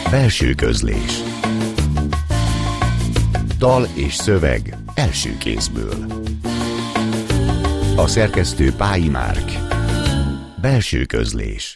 Belső közlés. Dal és szöveg első kézből. A szerkesztő Pályi Márk. Belső közlés.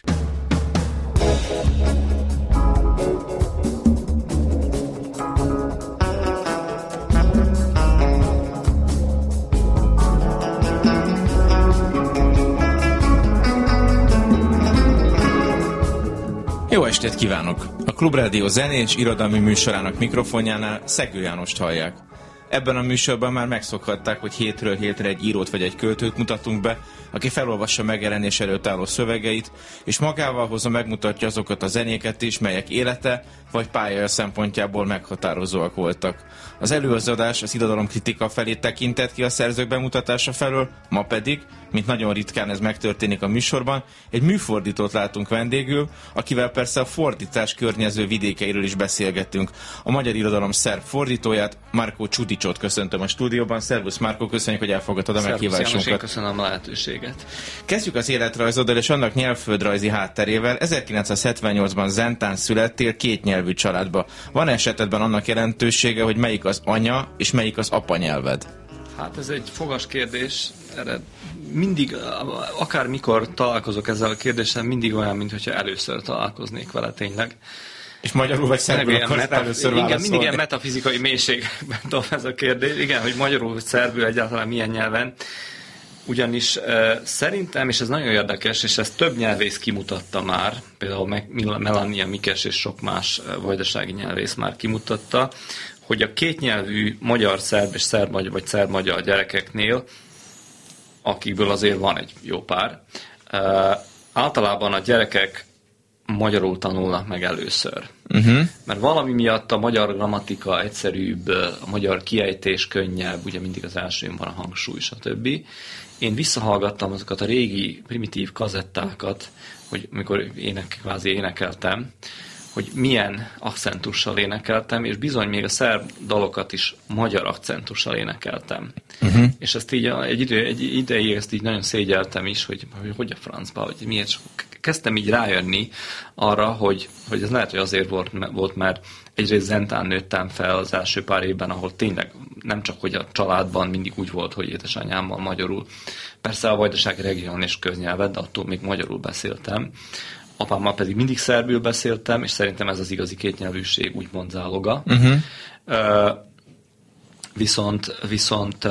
Jó estét kívánok! A Klubrádió zenés irodalmi műsorának mikrofonjánál Szegő Jánost hallják. Ebben a műsorban már megszokhatták, hogy hétről hétre egy írót vagy egy költőt mutatunk be, aki felolvassa megjelenés előtt álló szövegeit, és magával hozza, megmutatja azokat a zenéket is, melyek élete vagy pályája szempontjából meghatározóak voltak. Az előadás az irodalomkritika felé tekintett ki a szerzők bemutatása felől, ma pedig, mint nagyon ritkán ez megtörténik a műsorban, egy műfordítót látunk vendégül, akivel persze a fordítás környező vidékeiről is beszélgettünk. A magyar irodalom szerb fordítóját, Marko Csudicsot köszöntöm a stúdióban. Szervusz Marko, köszönjük, hogy elfogadtad a meghívásunkat. Én köszönöm a lehetőséget. Kezdjük az életrajzoddal és annak nyelvföldrajzi hátterével. 1978-ban Zentán születtél kétnyelvű családba. Van esetedben annak jelentősége, hogy melyik az anya és melyik az apa nyelved? Hát ez egy fogas kérdés. Erre mindig, akármikor találkozok ezzel a kérdéssel, mindig olyan, mintha először találkoznék vele tényleg. És magyarul vagy szerbül akarsz először válaszolni? Igen, mindig ilyen metafizikai mélységben tudom ez a kérdés. Igen, hogy magyarul vagy szerbül egyáltalán milyen nyelven. Ugyanis szerintem, és ez nagyon érdekes, és ezt több nyelvész kimutatta már, például Melania Mikes és sok más vajdasági nyelvész már kimutatta, hogy a kétnyelvű magyar-szerb és szerb-magyar vagy szerb-magyar gyerekeknél, akikből azért van egy jó pár, általában a gyerekek magyarul tanulnak meg először. Mert valami miatt a magyar grammatika egyszerűbb, a magyar kiejtés könnyebb, ugye mindig az elsőn van a hangsúly, stb. Én visszahallgattam azokat a régi primitív kazettákat, hogy mikor kvázi énekeltem, hogy milyen akcentussal énekeltem, és bizony még a szerb dalokat is magyar akcentussal énekeltem. És ezt így egy ideig ezt így nagyon szégyeltem is, hogy a francba, hogy miért, csak kezdtem így rájönni arra, hogy ez lehet, hogy azért volt, mert egyrészt Zentán nőttem fel az első pár évben, ahol tényleg nem csak, hogy a családban mindig úgy volt, hogy édesanyámmal magyarul. Persze a vajdasági regionális köznyelvet, de attól még magyarul beszéltem. Apámmal pedig mindig szerbül beszéltem, és szerintem ez az igazi kétnyelvűség úgymond záloga. Viszont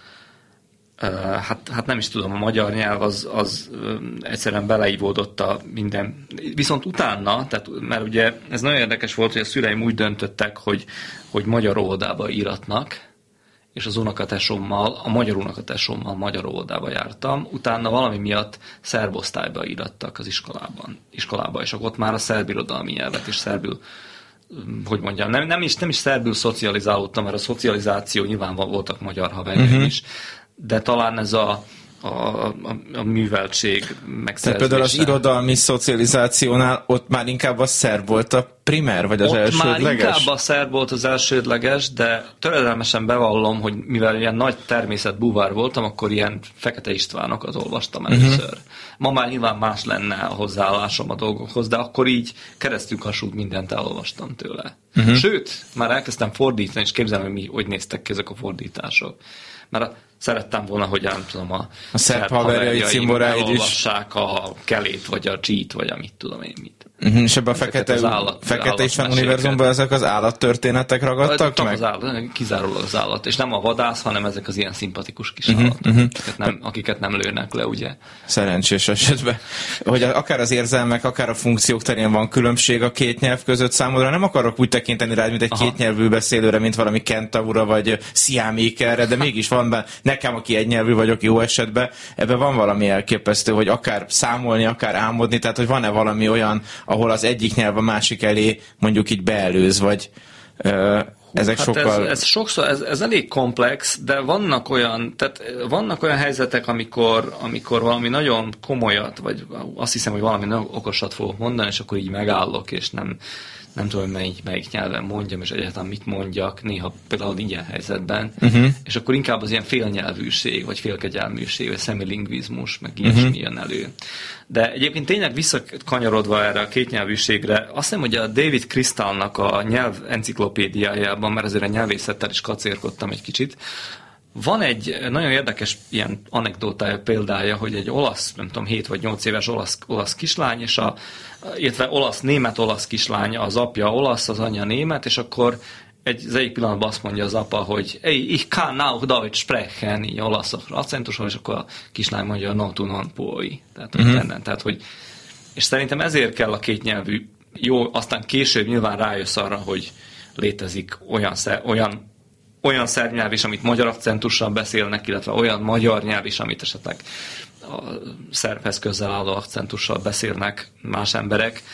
hát nem is tudom, a magyar nyelv az egyszerűen beleívódott a minden. Viszont utána, mert ugye ez nagyon érdekes volt, hogy a szüleim úgy döntöttek, hogy magyar óvodába íratnak, és az unokatesommal, a magyar unokatesommal magyar óvodába jártam. Utána valami miatt szerb osztályba írattak az iskolába, és akkor ott már a szerb irodalmi nyelvet és szerbül, hogy mondjam, nem is szerbül szocializálódtam, mert a szocializáció nyilván voltak magyar haverjaim is, de talán ez a műveltség megszerzése. Tehát például az irodalmi szocializációnál ott már inkább a szerb volt a primer, vagy az ott elsődleges? Ott már inkább a szerb volt az elsődleges, de töredelmesen bevallom, hogy mivel ilyen nagy természetbúvár voltam, akkor ilyen Fekete Istvánokat olvastam először. Ma már nyilván más lenne a hozzáállásom a dolgokhoz, de akkor így keresztülkasút mindent elolvastam tőle. Sőt, már elkezdtem fordítani, és képzelem, hogy néztek ki ezek a fordítások. Mert szerettem volna, hogy nem tudom, a szerb haverjai cimboráid is elolvassák a Kelét, vagy a Csít, vagy a mit tudom én mit. És ebben a Fekete István univerzumban ezek az állattörténetek ragadtak meg? Kizárólag az állat. És nem a vadász, hanem ezek az ilyen szimpatikus kis állatok, akiket nem lőnek le, ugye? Szerencsés esetben. Hogy akár az érzelmek, akár a funkciók terén van különbség a két nyelv között számodra. Nem akarok úgy tekinteni rád, mint egy kétnyelvű beszélőre, mint valami kentaura vagy sziámékerre, de mégis van benne, nekem, aki egynyelvű vagyok jó esetben, ebben van valami elképesztő, hogy akár számolni, akár álmodni, tehát hogy van-e valami olyan, ahol az egyik nyelv a másik elé mondjuk így beelőz, vagy ezek hát sokkal... Ez sokszor, ez elég komplex, de vannak olyan helyzetek, amikor valami nagyon komolyat, vagy azt hiszem, hogy valami nagyon okosat fogok mondani, és akkor így megállok, és nem tudom, melyik nyelven mondjam, és egyáltalán mit mondjak, néha például ilyen helyzetben, és akkor inkább az ilyen félnyelvűség, vagy félkegyelműség, vagy szemilingvizmus, meg ilyesmi jön elő. De egyébként tényleg visszakanyarodva erre a kétnyelvűségre, azt hiszem, hogy a David Crystalnak a nyelv enciklopédiájában, mert azért a nyelvészettel is kacérkodtam egy kicsit, van egy nagyon érdekes ilyen anekdótája, példája, hogy egy olasz, nem tudom, 7 vagy 8 éves olasz kislány, és illetve német-olasz kislány, az apja olasz, az anyja német, és akkor az egyik pillanatban azt mondja az apa, hogy ich kann auch Deutsch sprechen, így olasz akcentuson, és akkor a kislány mondja, no tu non puoi. Tehát, hogy, és szerintem ezért kell a kétnyelvű, jó, aztán később nyilván rájössz arra, hogy létezik olyan szerb nyelv is, amit magyar akcentussal beszélnek, illetve olyan magyar nyelv is, amit esetleg a szerbhez közel álló akcentussal beszélnek más emberek,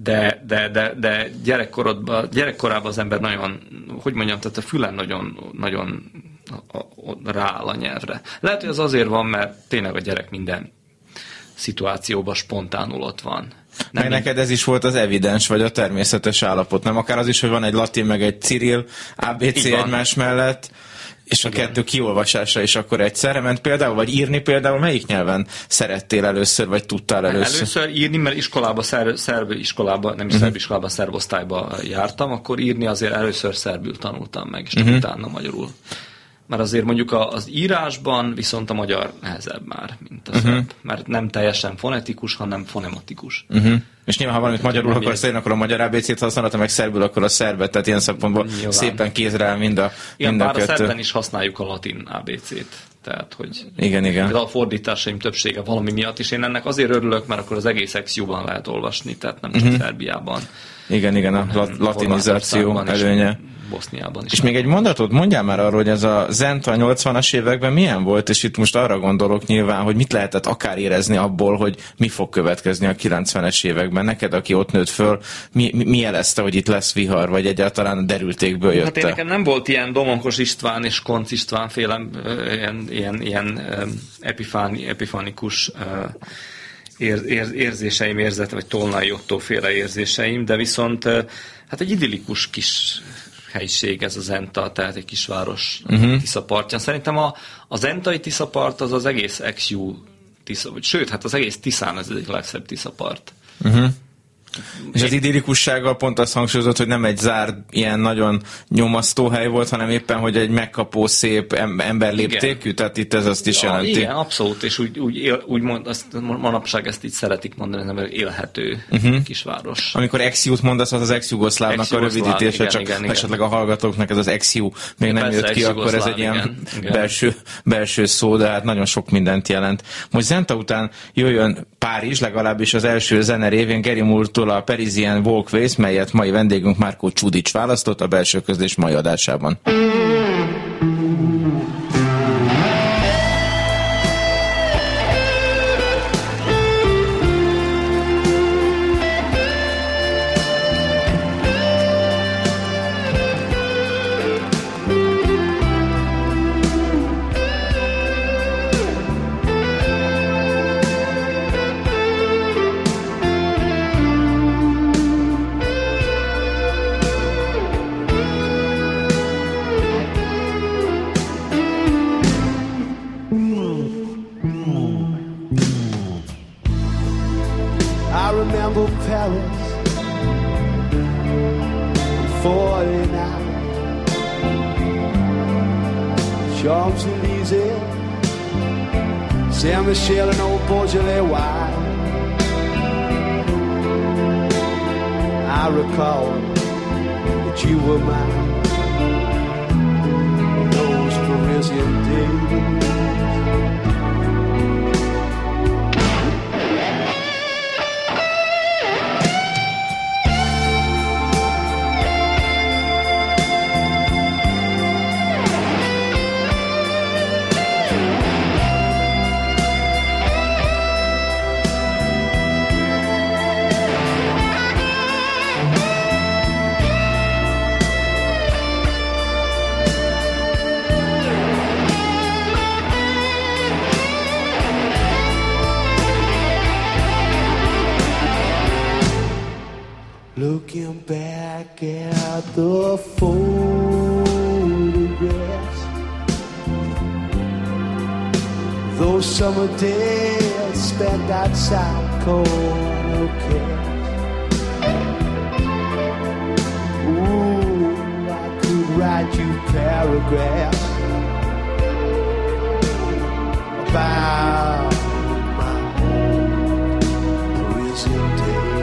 de gyerekkorában az ember nagyon, hogy mondjam, tehát a fülen nagyon rááll a nyelvre. Lehet, hogy ez azért van, mert tényleg a gyerek minden szituációban spontánul ott van. Meg neked ez is volt az evidens, vagy a természetes állapot, nem? Akár az is, hogy van egy latin, meg egy Cyril, ABC egymás mellett, és a kettő kiolvasásra is akkor egyszerre ment például, vagy írni például melyik nyelven szerettél először, vagy tudtál először? Először írni, mert szerb iskolában, szerbosztályba jártam, akkor írni azért először szerbül tanultam meg, és csak utána magyarul. Mert azért mondjuk az írásban viszont a magyar nehezebb már, mint a szerb. Mert nem teljesen fonetikus, hanem fonematikus. És nyilván, ha valamit magyarul akarsz írni, akkor a magyar ABC-t használod, ha meg szerbül, akkor a szerbet, tehát ilyen szempontból nyilván szépen kézre áll mind a bár kettő. A szerbben is használjuk a latin ABC-t. Tehát, hogy igen. A fordításaim többsége valami miatt is. Én ennek azért örülök, mert akkor az egész XU-ban lehet olvasni, tehát nem csak Szerbiában. Igen, a latinizáció előnye. Boszniában is. És még egy mondatot mondjál már arról, hogy ez a zent a 80-as években milyen volt, és itt most arra gondolok nyilván, hogy mit lehetett akár érezni abból, hogy mi fog következni a 90-es években. Neked, aki ott nőtt föl, mi jelezte, hogy itt lesz vihar, vagy egyáltalán a derültékből jött? Hát én nekem nem volt ilyen Domonkos István és Koncz István féle ilyen epifanikus érzéseim, vagy Tolnai Ottó féle érzéseim, de viszont hát egy idillikus kis helység ez a Zenta, tehát egy kisváros Tisza partján. Szerintem a zentai Tiszapart az egész XU Tisza, sőt, hát az egész Tiszán ez egy legszebb Tiszapart. És az idillikussággal pont azt hangsúlyozott, hogy nem egy zárt, ilyen nagyon nyomasztó hely volt, hanem éppen, hogy egy megkapó, szép emberléptékű, tehát itt ez azt is jelenti. Igen, abszolút, és úgy manapság ezt így szeretik mondani, nem élhető kisváros. Amikor ex-jut mondasz, az ex-jugoszlávnak a rövidítése, csak esetleg a hallgatóknak ez az ex-ju még nem jött ki, akkor ez egy ilyen belső szó, de hát nagyon sok mindent jelent. Most Zenta után jöjjön Párizs, legalábbis az első zene révén Gary Moore-tól a Parisian Walkways, melyet mai vendégünk Márkó Csudics választott a Belső Közlés mai adásában. Champs-Élysées, Saint-Michel and old Beaujolais wine. I recall that you were mine in those Parisian days. Looking back at the photographs, those summer days spent outside corner cafes. Ooh, I could write you paragraphs about my old prison days.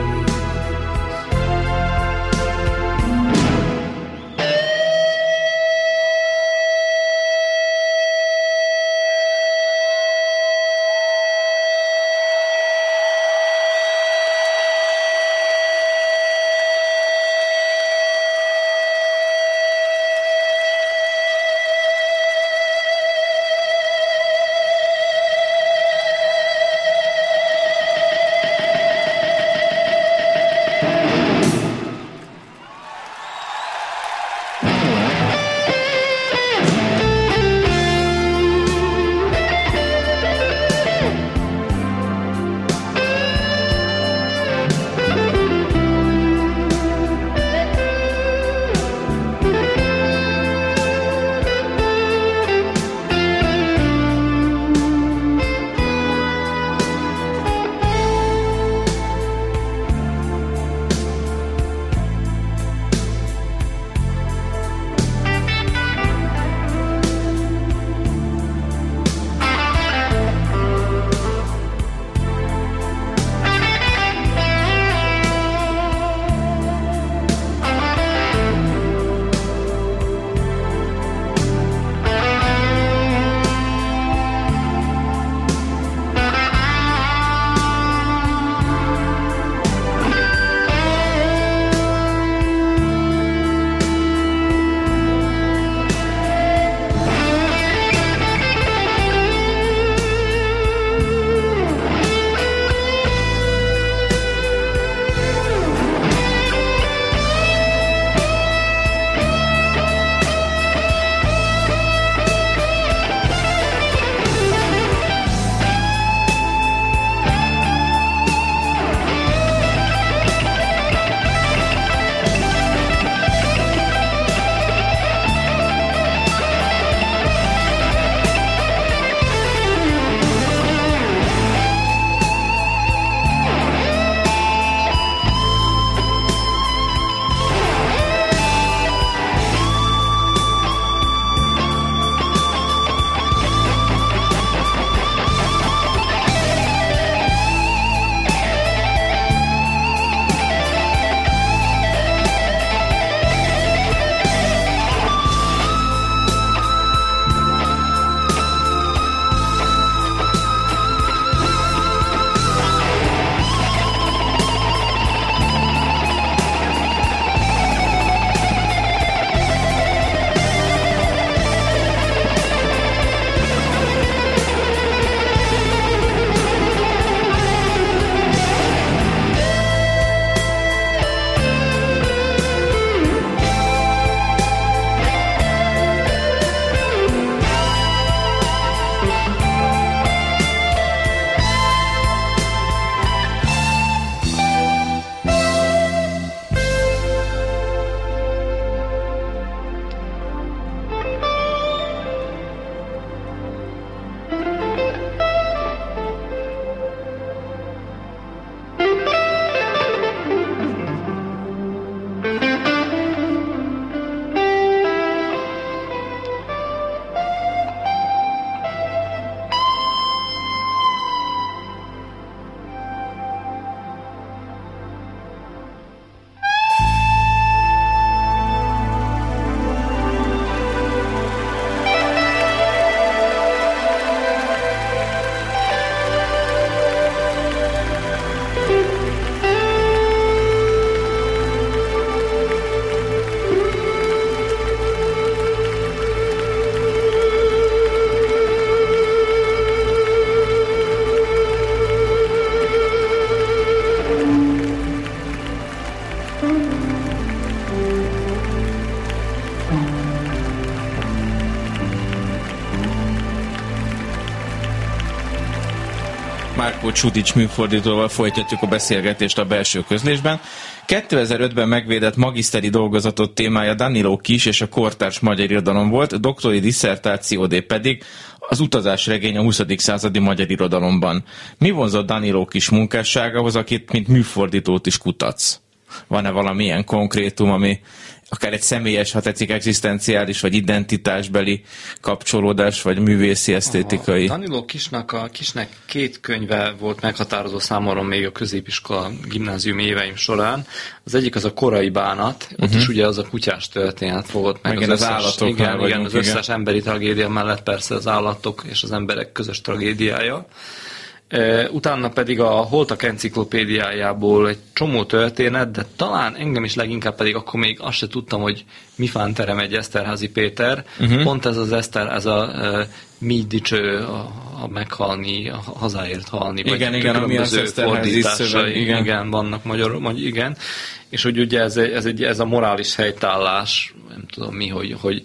Márkó Csudics műfordítóval folytatjuk a beszélgetést a belső közlésben. 2005-ben megvédett magiszteri dolgozatot témája Danilo Kis és a kortárs magyar irodalom volt, doktori disszertációdé pedig az utazásregény a 20. századi magyar irodalomban. Mi vonzott Danilo Kis munkásságához, akit mint műfordítót is kutatsz? Van-e valamilyen konkrétum, ami akár egy személyes, ha tetszik, egzisztenciális vagy identitásbeli kapcsolódás, vagy művészi, esztétikai? Danilo Kisnek 2 könyve volt meghatározó számomra még a középiskola, gimnázium éveim során. Az egyik az a Korai bánat, ott is ugye az a kutyás történet fogott meg. Az állatok. Igen, az összes emberi tragédia mellett persze az állatok és az emberek közös tragédiája. Utána pedig a Holtak enciklopédiájából egy csomó történet, de talán engem is leginkább pedig akkor még azt se tudtam, hogy mifán terem egy Eszterházy Péter. Pont ez az ez a mi dicső a meghalni, a hazáért halni, vagy igen, ami az Eszterházy szöveg, igen, vannak magyarul, igen. És hogy ugye ez a morális helytállás, nem tudom mi,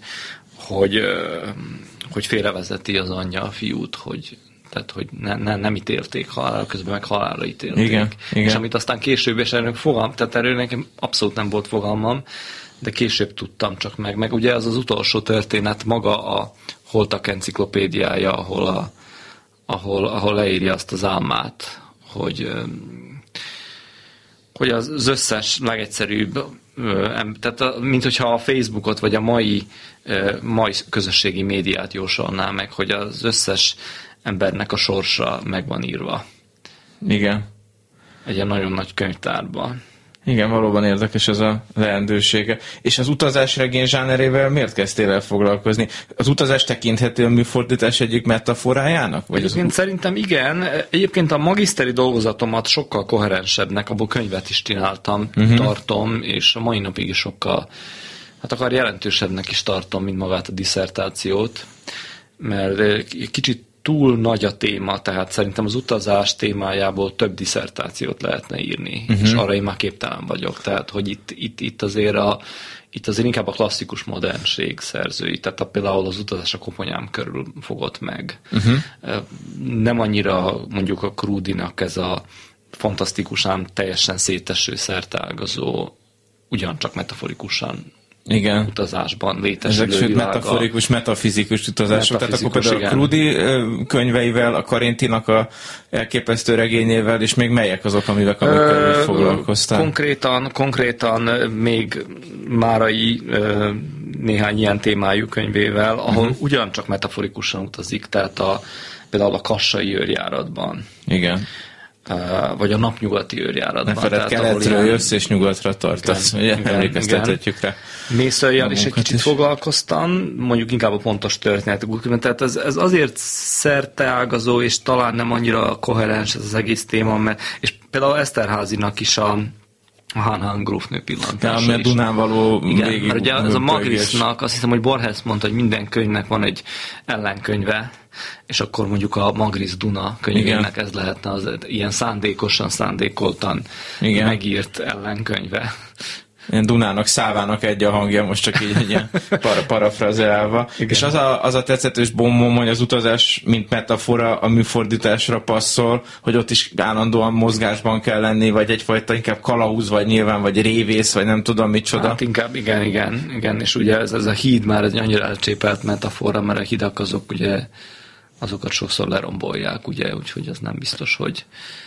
hogy félrevezeti az anyja a fiút, tehát, hogy nem ítélték halálra, közben meg halálra ítélték. Igen. És amit aztán később, és erről nekem abszolút nem volt fogalmam, de később tudtam csak meg ugye az utolsó történet maga a Holtak enciklopédiája, ahol leírja azt az álmát, hogy az összes legegyszerűbb, tehát mint hogyha a Facebookot vagy a mai közösségi médiát jósolná meg, hogy az összes embernek a sorsa meg van írva. Igen. Egy ilyen nagyon nagy könyvtárban. Igen, valóban érdekes ez a leendősége. És az utazásregény zsánerével miért kezdtél el foglalkozni? Az utazás tekinthető a műfordítás egyik metaforájának? Vagy egyébként szerintem igen. Egyébként a magiszteri dolgozatomat sokkal koherensebbnek, abból könyvet is csináltam, tartom, és a mai napig is sokkal, akár jelentősebbnek is tartom, mint magát a disszertációt, mert kicsit túl nagy a téma, tehát szerintem az utazás témájából több disszertációt lehetne írni, és arra én már képtelen vagyok. Tehát, hogy itt azért inkább a klasszikus modernség szerzői, tehát például az utazás a koponyám körül fogott meg. Nem annyira mondjuk a Krúdinak ez a fantasztikusan, teljesen széteső, szerteágazó, ugyancsak metaforikusan utazásban létesülő ezek világa. Metaforikus, metafizikus utazások. Tehát akkor például a Krúdi könyveivel, a Karintinak a elképesztő regényével, és még melyek azok, amikkel foglalkoztál? Konkrétan még Márai néhány ilyen témájú könyvével, ahol ugyancsak metaforikusan utazik, tehát például a Kassai őrjáratban. Igen. Vagy a napnyugati őrjáratban. Ne feled, keletről jössz és nyugatra tartasz. Emlékeztethetjük rá. Mészőjel is egy kicsit foglalkoztam, mondjuk inkább a pontos történetek. Tehát ez azért szerteágazó, és talán nem annyira koherens ez az egész téma, mert, és például Eszterházynak is a Hán grófnő pillantása is. Ja, Dunán való végig. Mert ugye ez a Magrisznak, azt hiszem, hogy Borges mondta, hogy minden könyvnek van egy ellenkönyve, és akkor mondjuk a Magrisz Duna könyvének ez lehetne az ilyen szándékoltan megírt ellenkönyve. Ilyen Dunának, Szávának egy a hangja, most csak így egy ilyen parafrazeálva. És az a tetszetős bombom, hogy az utazás, mint metafora a műfordításra passzol, hogy ott is állandóan mozgásban kell lenni, vagy egyfajta inkább kalauz, vagy nyilván, vagy révész, vagy nem tudom micsoda. Hát inkább igen, és ugye ez a híd már egy annyira elcsépelt metafora, mert a hidak azok ugye, azokat sokszor lerombolják, ugye, úgyhogy ez nem biztos, hogy...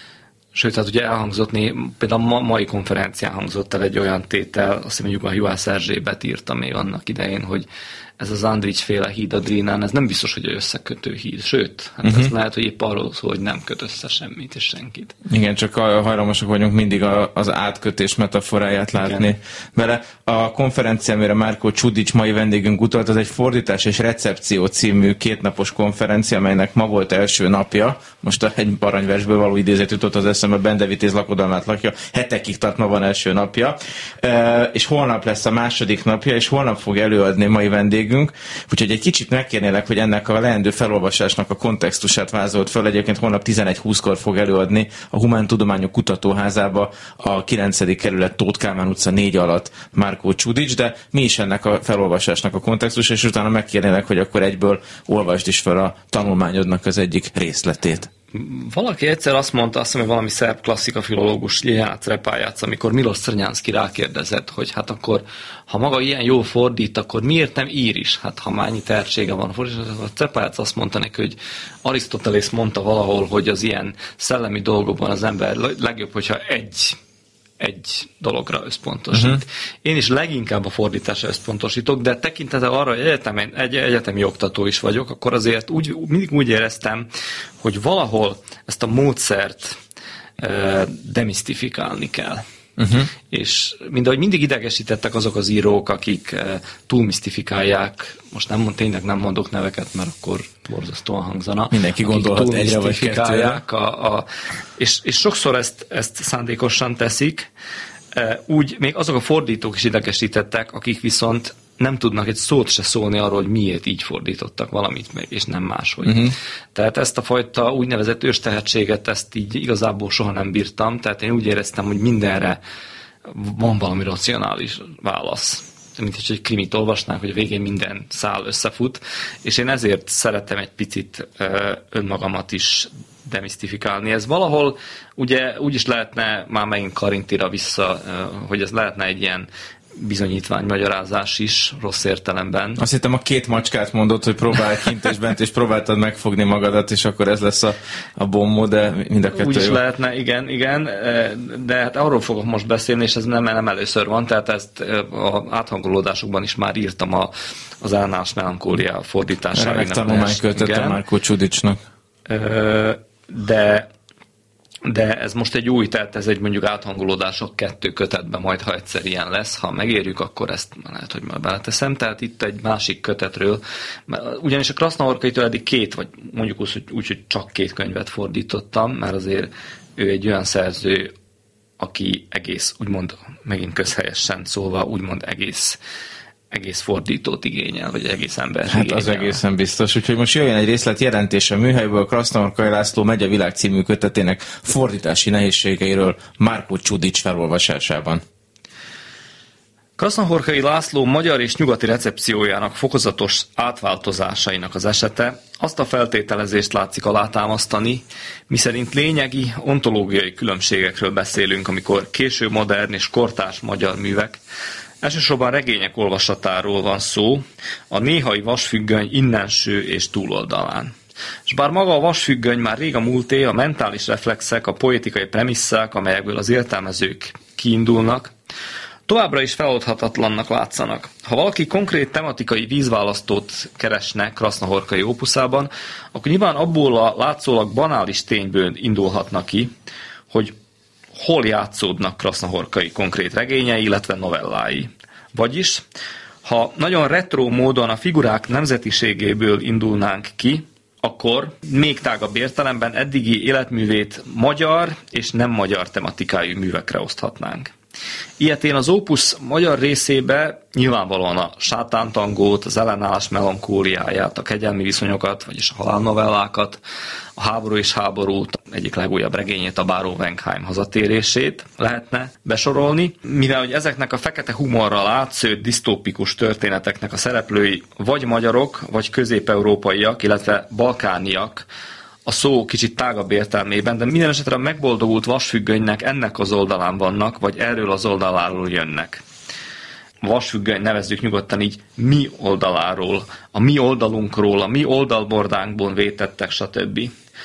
Sőt, hát ugye elhangzott, például a mai konferencián hangzott el egy olyan tétel, azt hiszem, mondjuk a Juhász Erzsébet írta még annak idején, hogy ez az Andrić-féle híd a Drinán, ez nem biztos, hogy összekötő híd. Sőt, hát ez lehet, hogy épp arról szól, hogy nem köt össze semmit és senkit. Igen, csak hajlamosak vagyunk mindig az átkötés metaforáját látni. Mert a konferencia, amire Márkó Csudics mai vendégünk utalt, az egy fordítás és recepció című 2 napos konferencia, amelynek ma volt első napja. Most egy aranyversből való idézet jutott az eszembe, Bende Vitéz lakodalmát lakja. Hetekig tart, ma van első napja. És holnap lesz a második napja, és holnap fog előadni mai vendégünk. Úgyhogy egy kicsit megkérnélek, hogy ennek a leendő felolvasásnak a kontextusát vázolt föl. Egyébként holnap 11:20-kor fog előadni a Humántudományok Kutatóházába a 9. kerület Tóth Kálmán utca 4 alatt Márkó Csudics, de mi is ennek a felolvasásnak a kontextus, és utána megkérnélek, hogy akkor egyből olvasd is fel a tanulmányodnak az egyik részletét. Valaki egyszer azt mondta, azt hiszem, hogy valami szerb klasszika filológus, Ljiljana Crepájác, amikor Miloš Crnjanski rákérdezett, hogy hát akkor, ha maga ilyen jól fordít, akkor miért nem ír is? Hát ha már annyi tehetsége van a fordításra, a Crepájác azt mondta neki, hogy Arisztotelész mondta valahol, hogy az ilyen szellemi dolgokban az ember legjobb, hogyha egy dologra összpontosít. Én is leginkább a fordításra összpontosítok, de tekintettel arra, hogy egy egyetemi oktató is vagyok, akkor azért mindig úgy éreztem, hogy valahol ezt a módszert demisztifikálni kell. És mindahogy mindig idegesítettek azok az írók, akik túlmisztifikálják, most tényleg nem mondok neveket, mert akkor borzasztóan hangzana. Mindenki gondolhat egyre vagy kettőre. És sokszor ezt szándékosan teszik, úgy még azok a fordítók is idegesítettek, akik viszont nem tudnak egy szót se szólni arról, hogy miért így fordítottak valamit meg, és nem máshogy. Tehát ezt a fajta úgynevezett őstehetséget, ezt így igazából soha nem bírtam, tehát én úgy éreztem, hogy mindenre van valami racionális válasz. Mint hogy egy krimit olvasnánk, hogy a végén minden szál összefut, és én ezért szerettem egy picit önmagamat is demisztifikálni. Ez valahol ugye úgy is lehetne, már megint Karintira vissza, hogy ez lehetne egy ilyen bizonyítványmagyarázás is, rossz értelemben. Azt hittem, a két macskát mondott, hogy próbálj kint és bent, és próbáltad megfogni magadat, és akkor ez lesz a bombó, de mind a kettő úgy is jó. lehetne, igen, de hát arról fogok most beszélni, és ez nem először van, tehát ezt az áthangolódásokban is már írtam az Ellenállás melankólia fordítására. Remek tanulmány költöttem Márkó Csudicsnak. De ez most egy új, tehát ez egy mondjuk áthangolódások 2 kötetben, majd ha egyszer ilyen lesz, ha megérjük, akkor ezt lehet, hogy majd beleteszem. Tehát itt egy másik kötetről, ugyanis a Krasznahorkaitól eddig 2, vagy mondjuk úgy, hogy csak 2 könyvet fordítottam, mert azért ő egy olyan szerző, aki egész, úgymond megint közhelyesen szólva, úgymond egész fordítót igényel, vagy egész ember hát igényel. Az egészen biztos. Úgyhogy most jöjjön egy részletjelentés a műhelyből. Krasznahorkai László Megy a világ című kötetének fordítási nehézségeiről Márkó Csudics felolvasásában. Krasznahorkai László magyar és nyugati recepciójának fokozatos átváltozásainak az esete azt a feltételezést látszik alátámasztani, miszerint lényegi, ontológiai különbségekről beszélünk, amikor késő modern és kortárs magyar művek, elsősorban regények olvasatáról van szó, a néhai vasfüggöny innenső és túloldalán. És bár maga a vasfüggöny már rég a múlté, a mentális reflexek, a poetikai premisszák, amelyekből az értelmezők kiindulnak, továbbra is feloldhatatlannak látszanak. Ha valaki konkrét tematikai vízválasztót keresne Krasznahorkai ópuszában, akkor nyilván abból a látszólag banális tényből indulhatna ki, hogy hol játszódnak Krasznahorkai konkrét regényei, illetve novellái. Vagyis, ha nagyon retro módon a figurák nemzetiségéből indulnánk ki, akkor még tágabb értelemben eddigi életművét magyar és nem magyar tematikájú művekre oszthatnánk. Ilyetén az ópusz magyar részébe nyilvánvalóan a sátántangót, az ellenállás melankóliáját, a kegyelmi viszonyokat, vagyis a halálnovellákat, a háború és háborút, egyik legújabb regényét, a báró Wenkheim hazatérését lehetne besorolni, mivel hogy ezeknek a fekete humorral átszőtt disztópikus történeteknek a szereplői vagy magyarok, vagy közép-európaiak, illetve balkániak, a szó kicsit tágabb értelmében, de minden esetre a megboldogult vasfüggönynek ennek az oldalán vannak, vagy erről az oldaláról jönnek. A vasfüggöny nevezzük nyugodtan így mi oldaláról, a mi oldalunkról, a mi oldalbordánkból vétettek, stb.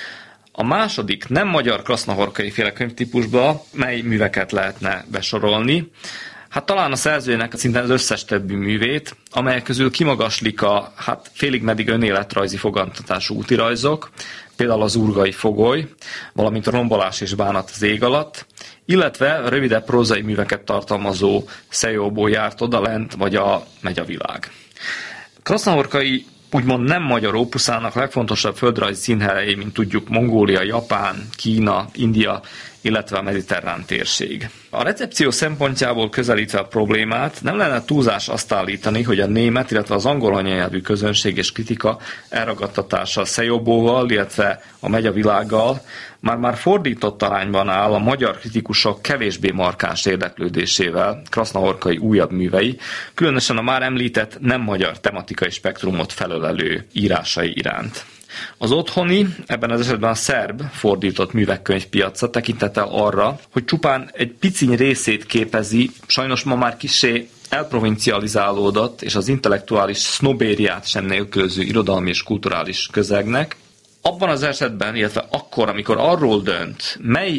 A második nem magyar krasznahorkai féle könyvtípusba mely műveket lehetne besorolni? Hát talán a szerzőnek szinte az összes többi művét, amelyek közül kimagaslik a félig meddig önéletrajzi fogantatású útirajzok, például az Urgai fogoly, valamint a Rombolás és bánat az ég alatt, illetve rövidebb prózai műveket tartalmazó Szejóból járt odalent, vagy a Megy a világ. Krasznahorkai úgymond nem magyar ópuszának legfontosabb földrajzi színhelyei, mint tudjuk, Mongólia, Japán, Kína, India, illetve a mediterrán térség. A recepció szempontjából közelítve a problémát nem lenne túlzás azt állítani, hogy a német, illetve az angol anyanyelvű közönség és kritika elragadtatása a Szejóbóval, illetve a Megy a világgal már fordított arányban áll a magyar kritikusok kevésbé markáns érdeklődésével Krasznahorkai újabb művei, különösen a már említett nem magyar tematikai spektrumot felölelő írásai iránt. Az otthoni, ebben az esetben a szerb fordított művek könyvpiaca tekintettel arra, hogy csupán egy piciny részét képezi, sajnos ma már kissé elprovincializálódott és az intellektuális sznobériát sem nélkülöző irodalmi és kulturális közegnek. Abban az esetben, illetve akkor, amikor arról dönt, mely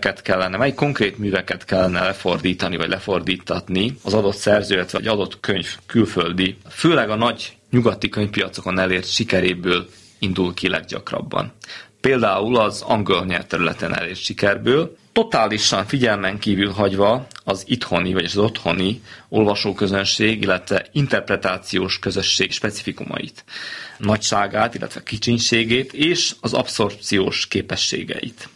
konkrét műveket kellene lefordítani vagy lefordítatni az adott szerző, illetve egy adott könyv külföldi, főleg a nagy nyugati könyvpiacokon elért sikeréből indul ki leggyakrabban. Például az angol nyelvterületen elért sikerből, totálisan figyelmen kívül hagyva az itthoni, vagyis az otthoni olvasóközönség, illetve interpretációs közösség specifikumait, nagyságát, illetve kicsinségét és az abszorpciós képességeit.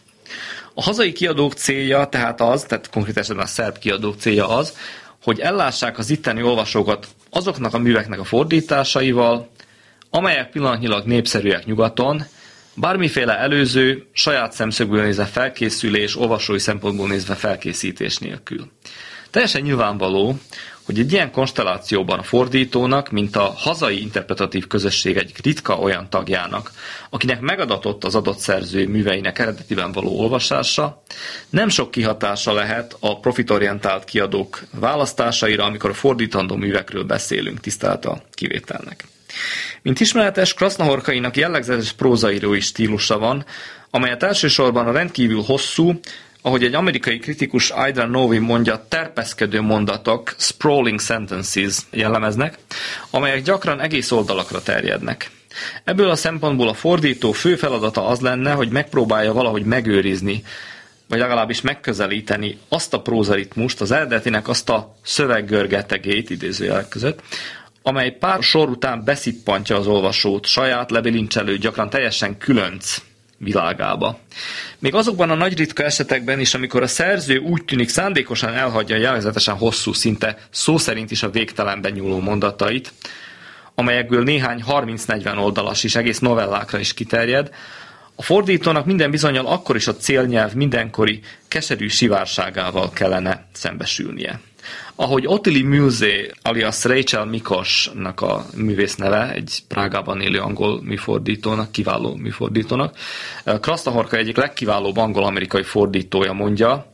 A hazai kiadók célja tehát konkrét esetben a szerb kiadók célja az, hogy ellássák az itteni olvasókat azoknak a műveknek a fordításaival, amelyek pillanatnyilag népszerűek nyugaton, bármiféle előző, saját szemszögből nézve felkészülés, olvasói szempontból nézve felkészítés nélkül. Teljesen nyilvánvaló, hogy egy ilyen konstellációban a fordítónak, mint a hazai interpretatív közösség egy ritka olyan tagjának, akinek megadatott az adott szerző műveinek eredetiben való olvasása, nem sok kihatása lehet a profitorientált kiadók választásaira, amikor a fordítandó művekről beszélünk, tisztelt a kivételnek. Mint ismeretes, Krasznahorkainak jellegzetes prózaírói stílusa van, amelyet elsősorban a rendkívül hosszú, ahogy egy amerikai kritikus Ida Novi mondja, terpeszkedő mondatok, sprawling sentences jellemeznek, amelyek gyakran egész oldalakra terjednek. Ebből a szempontból a fordító fő feladata az lenne, hogy megpróbálja valahogy megőrizni, vagy legalábbis megközelíteni azt a prózaritmust, az eredetinek azt a szöveggörgetegét, idézőjelek között, amely pár sor után beszippantja az olvasót saját lebilincselő, gyakran teljesen különc világába. Még azokban a nagy ritka esetekben is, amikor a szerző úgy tűnik szándékosan elhagyja jellegzetesen hosszú, szinte szó szerint is a végtelenben nyúló mondatait, amelyekből néhány 30-40 oldalas is egész novellákra is kiterjed, a fordítónak minden bizonnyal akkor is a célnyelv mindenkori keserű sivárságával kellene szembesülnie. Ahogy Ottilie Muse alias Rachel Mikosnak a művész neve, egy Prágában élő angol műfordítónak, kiváló műfordítónak, Krasznahorka egyik legkiválóbb angol-amerikai fordítója mondja,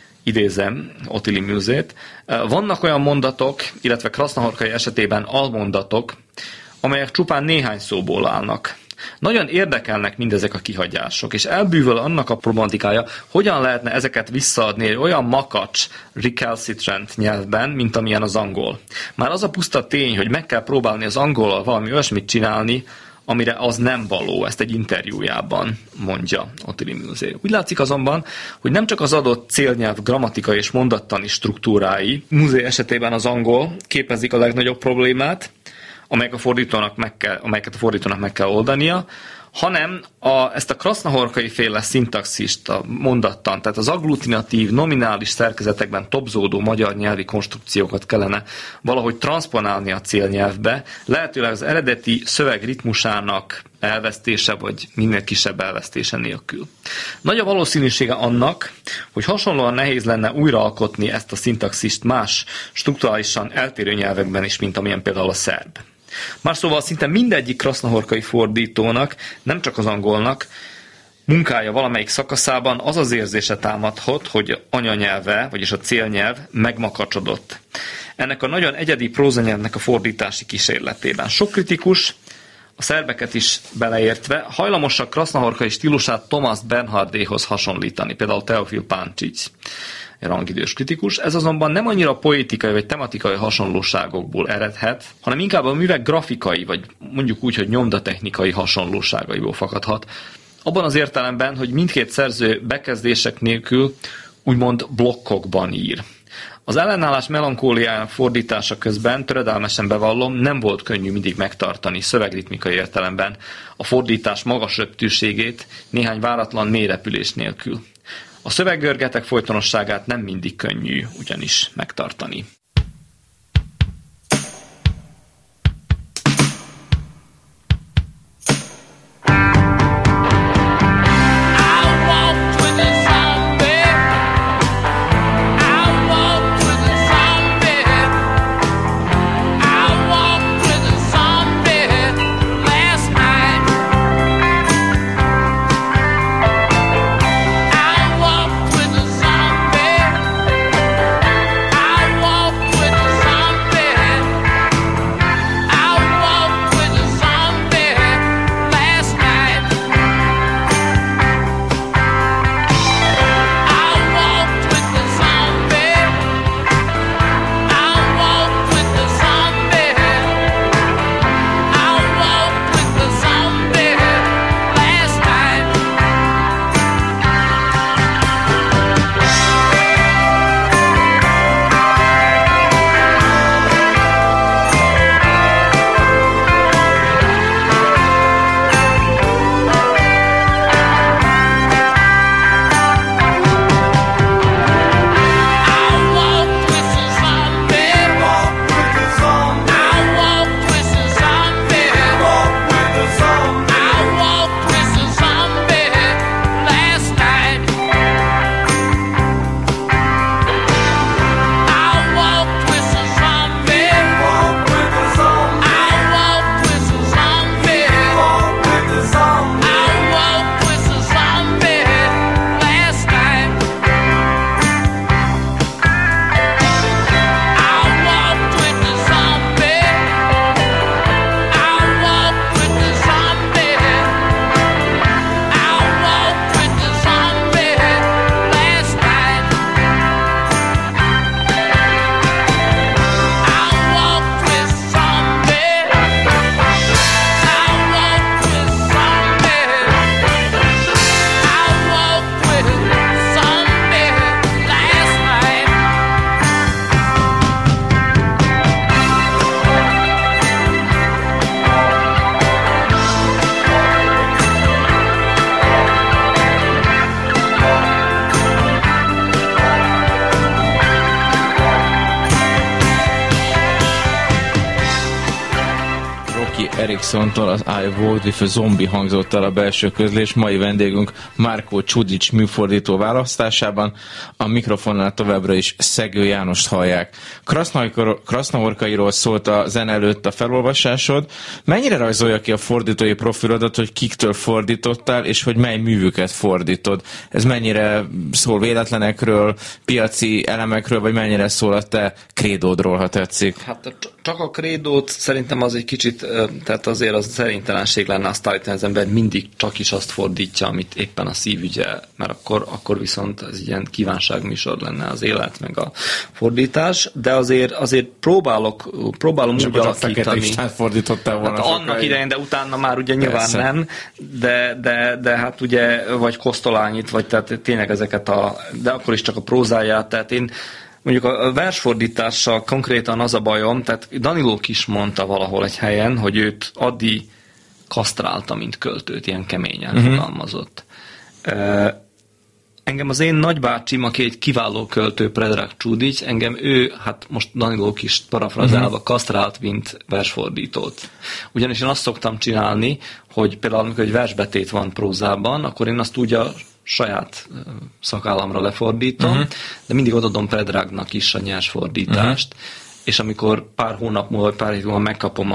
idézem Ottilie Muse-t, vannak olyan mondatok, illetve Krasznahorkai esetében almondatok, amelyek csupán néhány szóból állnak. Nagyon érdekelnek mindezek a kihagyások, és elbűvöl annak a problematikája, hogyan lehetne ezeket visszaadni egy olyan makacs, recalcitrant nyelvben, mint amilyen az angol. Már az a puszta tény, hogy meg kell próbálni az angollal valami olyasmit csinálni, amire az nem való, ezt egy interjújában mondja Ottilie Muse. Úgy látszik azonban, hogy nem csak az adott célnyelv grammatikai és mondattani struktúrái, Muse esetében az angol képezik a legnagyobb problémát, amelyeket a fordítónak meg kell oldania, hanem ezt a krasznahorkai féle szintaxist, a mondattan, tehát az agglutinatív, nominális szerkezetekben tobzódó magyar nyelvi konstrukciókat kellene valahogy transponálni a célnyelvbe, lehetőleg az eredeti szöveg ritmusának elvesztése, vagy minél kisebb elvesztése nélkül. Nagy a valószínűsége annak, hogy hasonlóan nehéz lenne újraalkotni ezt a szintaxist más, strukturálisan eltérő nyelvekben is, mint amilyen például a szerb. Más szóval szinte mindegyik krasznahorkai fordítónak, nem csak az angolnak, munkája valamelyik szakaszában az az érzése támadhat, hogy anyanyelve, vagyis a célnyelv megmakacsodott. Ennek a nagyon egyedi prózanyelvnek a fordítási kísérletében. Sok kritikus, a szerbeket is beleértve, hajlamosak krasznahorkai stílusát Thomas Bernhardéhoz hasonlítani, például Teofil Páncsics, rangidős kritikus. Ez azonban nem annyira poétikai vagy tematikai hasonlóságokból eredhet, hanem inkább a művek grafikai, vagy mondjuk úgy, hogy nyomdatechnikai hasonlóságaiból fakadhat. Abban az értelemben, hogy mindkét szerző bekezdések nélkül úgymond blokkokban ír. Az ellenállás melankóliájának fordítása közben, töredelmesen bevallom, nem volt könnyű mindig megtartani szövegritmikai értelemben a fordítás magas röptűségét néhány váratlan mélyrepülés nélkül. A szöveggörgetek folytonosságát nem mindig könnyű ugyanis megtartani. Eriksontól az I Vote with a Zombie hangzott el a belső közlés. Mai vendégünk Márkó Csudics műfordító választásában. A mikrofonnál továbbra is Szegő Jánost hallják. Krasznahorkairól szólt a zene előtt a felolvasásod. Mennyire rajzolja ki a fordítói profilodat, hogy kiktől fordítottál, és hogy mely művüket fordítod? Ez mennyire szól véletlenekről, piaci elemekről, vagy mennyire szól a te krédódról, ha tetszik? Hát csak a krédót szerintem az egy kicsit, tehát azért az szerintelenség lenne azt állítani, az ember mindig csak is azt fordítja, amit éppen a szívügye, mert akkor viszont ez ilyen kívánságműsor lenne az élet, meg a fordítás, de azért próbálom úgy alakítani. A Fekete István fordítottál volna. Hát annak idején, de utána már ugye nyilván persze. Nem, de hát ugye, vagy Kosztolányit, vagy tehát tényleg ezeket de akkor is csak a prózáját, tehát én mondjuk a versfordítással konkrétan az a bajom, tehát Danilók is mondta valahol egy helyen, hogy őt addig kasztrálta, mint költőt, ilyen keményen fogalmazott. Engem az én nagybácsim, aki egy kiváló költő, Predrag Csudics, engem ő, hát most Danilók is parafrazálva, kasztrált, mint versfordítót. Ugyanis én azt szoktam csinálni, hogy például amikor egy versbetét van prózában, akkor én azt úgy a saját szakállamra lefordítom, de mindig odadom Predragnak is a nyers fordítást, és amikor pár hónap múlva, pár hét múlva megkapom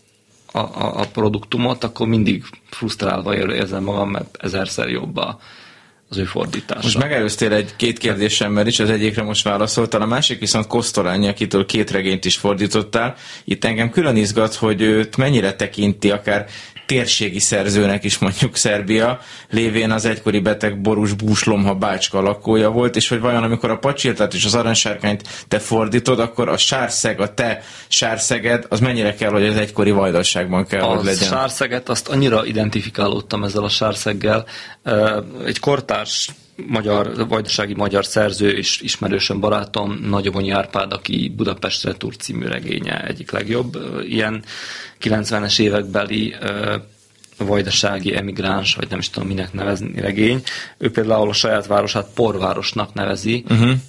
a produktumot, akkor mindig frusztrálva érzem magam, mert ezerszer jobb az ő fordítása. Most megelőztél két kérdésemmel is, az egyikre most válaszoltál, a másik viszont Kosztolányi, akitől 2 regényt is fordítottál. Itt engem külön izgat, hogy őt mennyire tekinti akár térségi szerzőnek is mondjuk Szerbia, lévén az egykori beteg Borús Búslomha Bácska lakója volt, és hogy vajon amikor a Pacsiltát és az Aranysárkányt te fordítod, akkor a Sárszeg, a te Sárszeged, az mennyire kell, hogy az egykori Vajdaságban kell, hogy legyen? A Sárszeget, azt annyira identifikálódtam ezzel a Sárszeggel. Egy kortárs vajdasági magyar szerző és ismerősöm barátom, Nagyobonyi Árpád, aki Budapestre Túr című regénye egyik legjobb, ilyen 90-es évekbeli vajdasági emigráns, vagy nem is tudom minek nevezni regény. Ő például a saját városát Porvárosnak nevezi,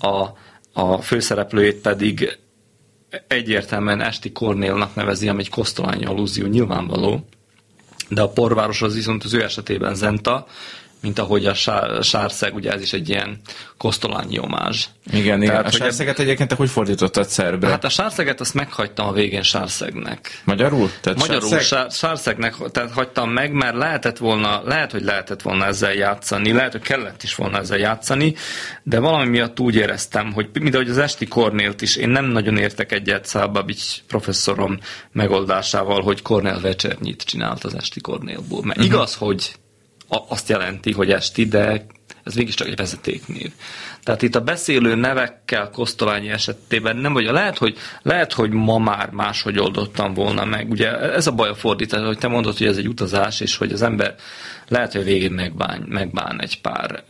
a főszereplőjét pedig egyértelműen Esti Kornélnak nevezi, ami egy kosztolányi allúzió nyilvánvaló, de a Porváros az viszont az ő esetében Zenta, mint ahogy a Sárszeg, ugye ez is egy ilyen kosztolányi omázs. Igen. Tehát, a Sárszeget egyébként te hogy fordítottad szerbre? Hát a Sárszeget azt meghagytam a végén Sárszegnek. Magyarul? Magyarul Sárszegnek tehát hagytam meg, mert lehet, hogy lehetett volna ezzel játszani, lehet, hogy kellett is volna ezzel játszani, de valami miatt úgy éreztem, hogy mindahogy az Esti Kornélt is, én nem nagyon értek egyet Szábabics professzorom megoldásával, hogy Kornél Vecsernyit csinált az Esti Kornélból. Mert igaz, hogy azt jelenti, hogy Esti, de ez mégiscsak egy vezetéknév. Tehát itt a beszélő nevekkel Kosztolányi esetében nem vagy, lehet, hogy ma már máshogy oldottam volna meg. Ugye ez a baj a fordítás, hogy te mondod, hogy ez egy utazás, és hogy az ember lehet, hogy a végén megbán egy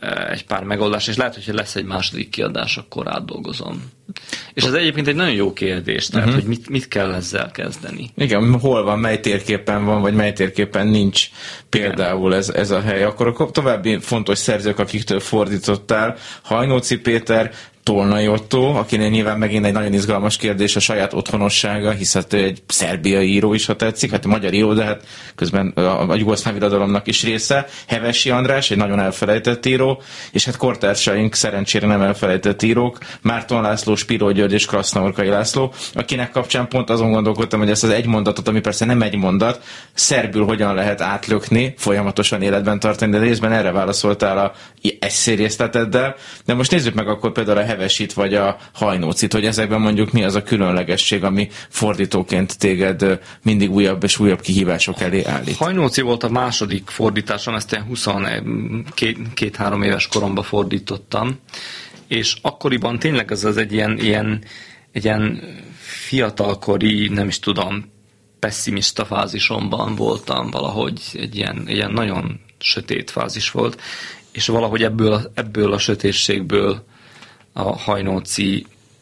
pár megoldás, és lehet, hogy lesz egy második kiadás, akkor átdolgozom. És ez egyébként egy nagyon jó kérdés, tehát, hogy mit kell ezzel kezdeni. Igen, hol van, mely térképen van, vagy mely térképen nincs például ez a hely. Akkor további fontos szerzők, akiktől fordítottál, Hajnóci Péter, Tolnai Ottó, akinél nyilván megint egy nagyon izgalmas kérdés a saját otthonossága, hisz hát egy szerbiai író is, ha tetszik, hát magyar író, de hát közben a jugoszláv irodalomnak is része. Hevesi András, egy nagyon elfelejtett író, és hát kortársaink szerencsére nem elfelejtett írók, Márton László, Spiró György és Krasznahorkai László, akinek kapcsán pont azon gondolkodtam, hogy ezt az egy mondatot, ami persze nem egy mondat, szerbül hogyan lehet átlökni, folyamatosan életben tartani, de részben erre válaszoltál a esszérészleteddel. De most nézzük meg akkor például a Hevesit vagy a Hajnócit, hogy ezekben mondjuk mi az a különlegesség, ami fordítóként téged mindig újabb és újabb kihívások elé állít. Hajnóci volt a második fordításom, ezt én 22-3 éves koromban fordítottam, és akkoriban tényleg ez egy ilyen fiatalkori, nem is tudom, pessimista fázisomban voltam valahogy, egy ilyen nagyon sötét fázis volt, és valahogy ebből a sötétségből a Hajnóci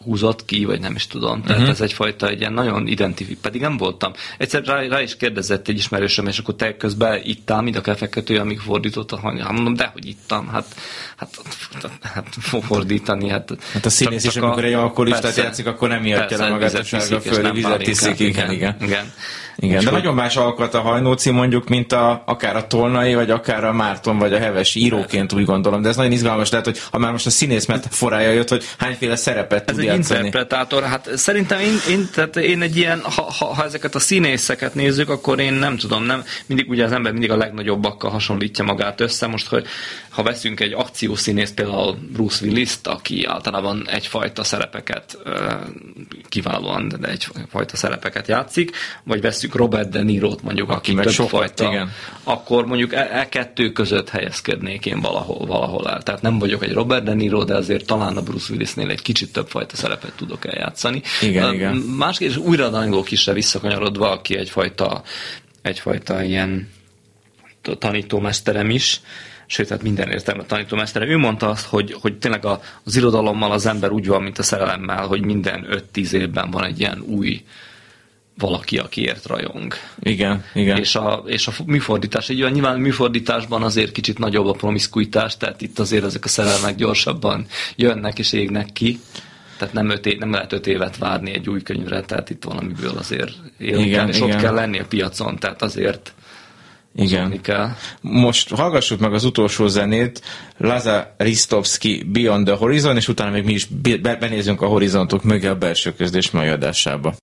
húzott ki, vagy nem is tudom. Tehát ez egyfajta egy ilyen nagyon pedig nem voltam. Egyszer rá is kérdezett egy ismerősöm, és akkor te közben ittál, mind a kefekötője, amíg fordított a hangja. Mondom, dehogy ittam, hát fordítani. Hát a színész is, amikor egy alkoholistát játszik, akkor nem ijedj el magát a sárga fölé, vizet iszik, igen. De nagyon más alkat a Hajnóci mondjuk, mint akár a Tolnai, vagy akár a Márton, vagy a Hevesi íróként úgy gondolom. De ez nagyon izgalmas lehet, hogy ha már most a színész metaforája jött, hogy hányféle szerepet tud játszani. Ez egy interpretátor. Hát szerintem én egy ilyen, ha ezeket a színészeket nézzük, akkor én nem tudom, mindig ugye az ember mindig a legnagyobbakkal hasonlítja magát össze. Most, hogy ha veszünk egy akciószínész, például Bruce Willis-t, aki általában egyfajta szerepeket kiválóan, de egyfajta szerepeket játszik, vagy veszünk Robert De Niro-t mondjuk, aki többfajta, akkor mondjuk kettő között helyezkednék én valahol el. Tehát nem vagyok egy Robert De Niro, de azért talán a Bruce Willisnél egy kicsit többfajta szerepet tudok eljátszani. Igen. Másképp is újra Danilo Kisre visszakanyarodva, aki egyfajta ilyen tanítómesterem is, sőt, tehát minden értelme tanítómestere. Ő mondta azt, hogy tényleg az irodalommal az ember úgy van, mint a szerelemmel, hogy minden 5-10 évben van egy ilyen új valaki, akiért rajong. Igen. És a műfordítás, így nyilván a műfordításban azért kicsit nagyobb a promiszkuitás, tehát itt azért ezek a szerelmek gyorsabban jönnek és égnek ki. Tehát nem lehet 5 évet várni egy új könyvre, tehát itt valamiből azért élni kell, és ott kell lenni a piacon, tehát azért kell. Most hallgassuk meg az utolsó zenét, Lazar Ristovski Beyond the Horizon, és utána még mi is benézünk a horizontok mögé a belső közlés mai adásába.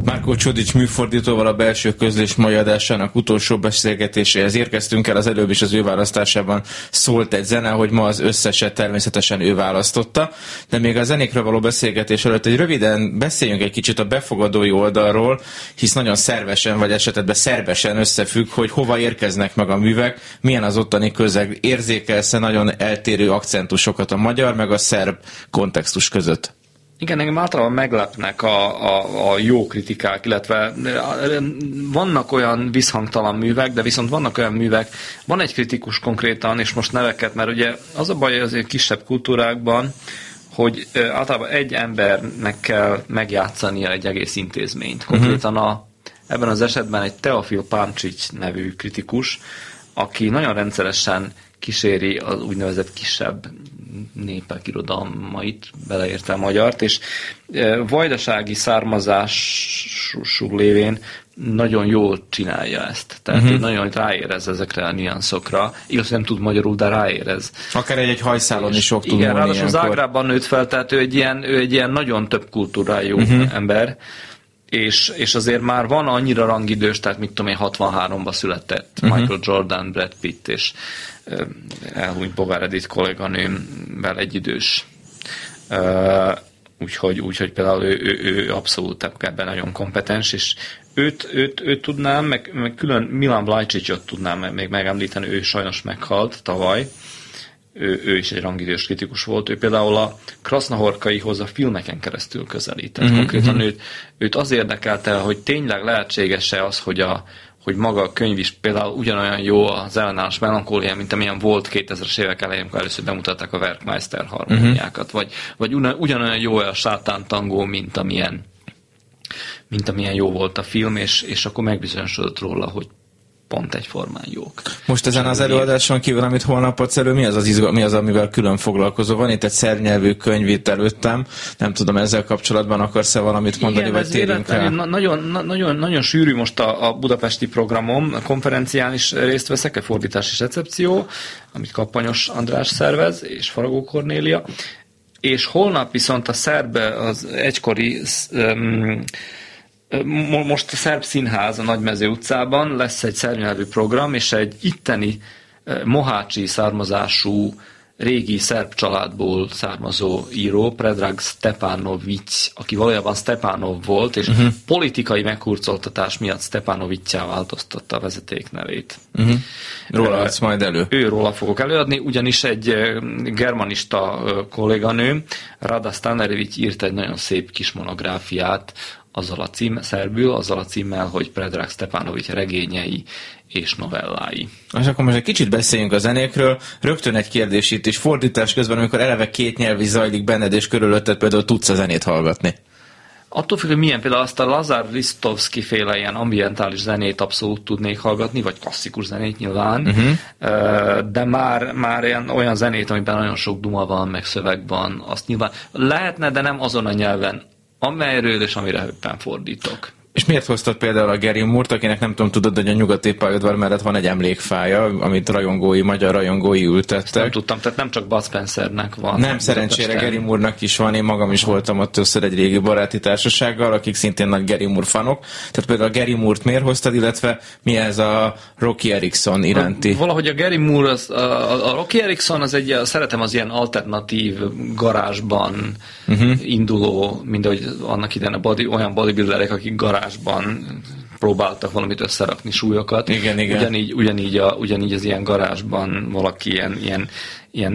Márkó Csodics műfordítóval a Belső Közlés mai adásának utolsó beszélgetéséhez érkeztünk el. Az előbb is az ő választásában szólt egy zene, hogy ma az összeset természetesen ő választotta, de még a zenékről való beszélgetés előtt egy röviden beszéljünk egy kicsit a befogadói oldalról, hisz nagyon szervesen, vagy esetben szervesen összefügg, hogy hova érkeznek meg a művek, milyen az ottani közeg, érzékelsz-e nagyon eltérő akcentusokat a magyar meg a szerb kontextus között? Igen, engem általában meglepnek a jó kritikák, illetve vannak olyan visszhangtalan művek, de viszont vannak olyan művek, van egy kritikus konkrétan, és most neveket, mert ugye az a baj azért kisebb kultúrákban, hogy általában egy embernek kell megjátszania egy egész intézményt. Konkrétan ebben az esetben egy Teofil Páncsics nevű kritikus, aki nagyon rendszeresen kíséri az úgynevezett kisebb népek irodalmait, beleérte a magyart, és vajdasági származású lévén nagyon jól csinálja ezt. Tehát ő nagyon ráérez ezekre a nüanszokra. Igaz, nem tud magyarul, de ráérez. Akár egy hajszálon is sok tud igen, múlni. Ráadásul Zágrában nőtt fel, tehát ő egy ilyen nagyon több kultúrájú ember, és azért már van annyira rangidős, tehát mit tudom én, 63-ban született Michael Jordan, Brad Pitt, és elhunyt Bogár Edith kolléganőmmel egyidős. Úgyhogy például ő abszolút ebben nagyon kompetens, és őt tudnám, meg külön Milan Blajcsicsot tudnám még megemlíteni, ő sajnos meghalt tavaly. Ő is egy rangidős kritikus volt. Ő például a Krasznahorkaihoz a filmeken keresztül közelített. Konkrétan őt az érdekelte, hogy tényleg lehetséges-e az, hogy maga a könyv is például ugyanolyan jó az ellenállás melankólia, mint amilyen volt 2000-es évek elején, amikor először bemutatták a Werkmeister harmóniákat, vagy ugyanolyan jó a sátántangó, mint amilyen jó volt a film, és akkor megbizonyosodott róla, hogy pont egyformán jók. Most ezen az előadáson kívül, amit holnap adsz elő, mi az, amivel külön foglalkozó? Van itt egy szerbnyelvű könyv itt előttem, nem tudom, ezzel kapcsolatban akarsz-e valamit mondani, igen, vagy térjünk el? Nagyon sűrű most a budapesti programom, a konferencián is részt veszek, a fordítás és recepció, amit Kappanyos András szervez, és Faragó Kornélia, és holnap viszont a szerb, az egykori most a Szerb Színház a Nagymező utcában lesz egy szerbnyelvű program, és egy itteni mohácsi származású, régi szerb családból származó író, Predrag Stepanović, aki valójában Stepanov volt, és politikai meghurcoltatás miatt Stepanovićá változtatta a vezetéknevét. Róla adsz majd elő. Róla fogok előadni, ugyanis egy germanista kolléganő, Rada Stanerević írt egy nagyon szép kis monográfiát szerbül, azzal a címmel, hogy Predrag Stepanović regényei és novellái. És akkor most egy kicsit beszéljünk a zenékről. Rögtön egy kérdés itt is. Fordítás közben, amikor eleve két nyelv is zajlik benned és körülötted, például tudsz a zenét hallgatni? Attól függ, hogy milyen, például azt a Lazar Ristovski féle ilyen ambientális zenét abszolút tudnék hallgatni, vagy klasszikus zenét nyilván, de már olyan zenét, amiben nagyon sok duma van, meg szöveg van, azt nyilván lehetne, de nem azon a nyelven, amelyről és amire éppen fordítok. És miért hoztad például a Gary Moore-t, akinek nem tudom, tudod, hogy a nyugati pályaudvar mellett van egy emlékfája, amit magyar rajongói ültettek. Ezt nem tudtam, tehát nem csak Bud Spencernek van. Nem, szerencsére Gary Moore-nak is van, én magam is voltam ott összör egy régi baráti társasággal, akik szintén nagy Gary Moore fanok. Tehát például a Gary Moore-t miért hoztad, illetve mi ez a Roky Erickson iránti? Valahogy a Gary Moore, a Roky Erickson szeretem az ilyen alternatív garázsban induló, mint ahogy annak idején olyan bodybuilderek, akik garázsban próbáltak valamit összerakni súlyokat. Igen. Ugyanígy az ilyen garázsban valaki ilyen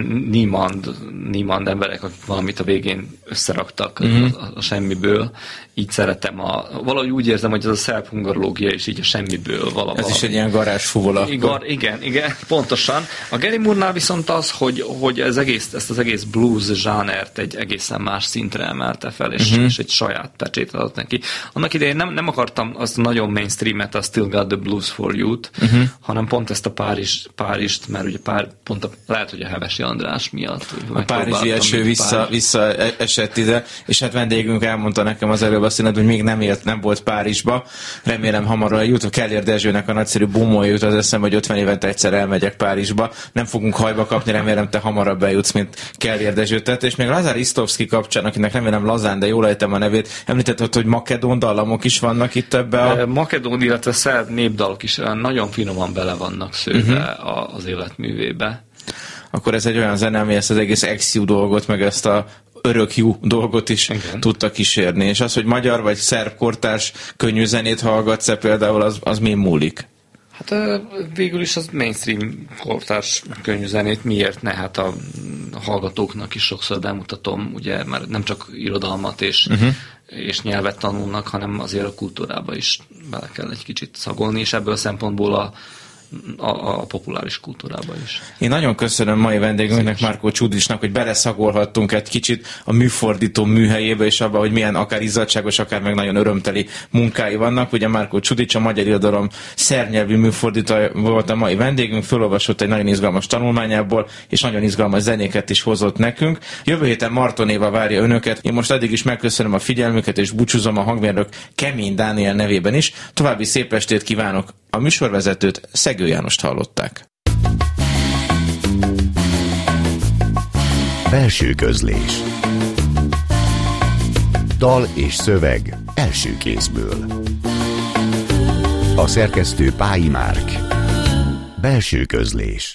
Niemand emberek, akik valamit a végén összeraktak a semmiből. Így szeretem valahogy úgy érzem, hogy ez a szerb hungarológia is így a semmiből valahol. Ez is egy ilyen garázsfúvola. Igen, pontosan. A Gary Moore-nál viszont az, hogy ezt az egész blues zsánert egy egészen más szintre emelte fel, és egy saját pecsét adott neki. Annak idején nem akartam azt nagyon mainstreamet, a Still Got the Blues for You-t, hanem pont ezt a Párizst, mert ugye pont lehet, hogy a Heves Nemesi András miatt. A párizsi eső vissza esett ide, és hát vendégünk elmondta nekem az előbb azt, hogy még nem volt Párizsba. Remélem hamar jut. A Kellér Dezsőnek a nagyszerű bumója jut az eszembe, hogy 50 évente egyszer elmegyek Párizsba. Nem fogunk hajba kapni, remélem te hamarabb eljutsz, mint Kellér Dezső tett. És még Lazar Isztovszky kapcsán, akinek remélem Lazán, de jól ejtem a nevét, említetted, hogy makedón dallamok is vannak itt ebbe makedón, illetve szerb népdalok is nagyon finoman bele vannak szőve az életművébe. Akkor ez egy olyan zene, ami ezt az egész ex-jú dolgot, meg ezt a örök-jú dolgot is tudta kísérni. És az, hogy magyar vagy szerb kortárs könnyű zenét hallgatsz például, az mi múlik? Hát végül is az mainstream kortárs könnyű zenét miért ne? Hát a hallgatóknak is sokszor bemutatom, ugye már nem csak irodalmat és nyelvet tanulnak, hanem azért a kultúrába is bele kell egy kicsit szagolni, és ebből a szempontból a populáris kultúrába is. Én nagyon köszönöm mai vendégünknek, Márkó Csudicsnak, hogy beleszagolhattunk egy kicsit a műfordító műhelyébe, és abba, hogy milyen akár izzadságos, akár meg nagyon örömteli munkái vannak. Ugye Márkó Csudics, a magyar irodalom szernyelvű műfordítója volt a mai vendégünk, felolvasott egy nagyon izgalmas tanulmányából, és nagyon izgalmas zenéket is hozott nekünk. Jövő héten Marton Éva várja önöket. Én most addig is megköszönöm a figyelmüket, és búcsúzom a hangmérnök Kemény Dániel nevében is. További szép estét kívánok! A műsorvezetőt, Szegő Jánost hallották. Belső közlés. Dal és szöveg első kézből. A szerkesztő Pályi Márk. Belső közlés.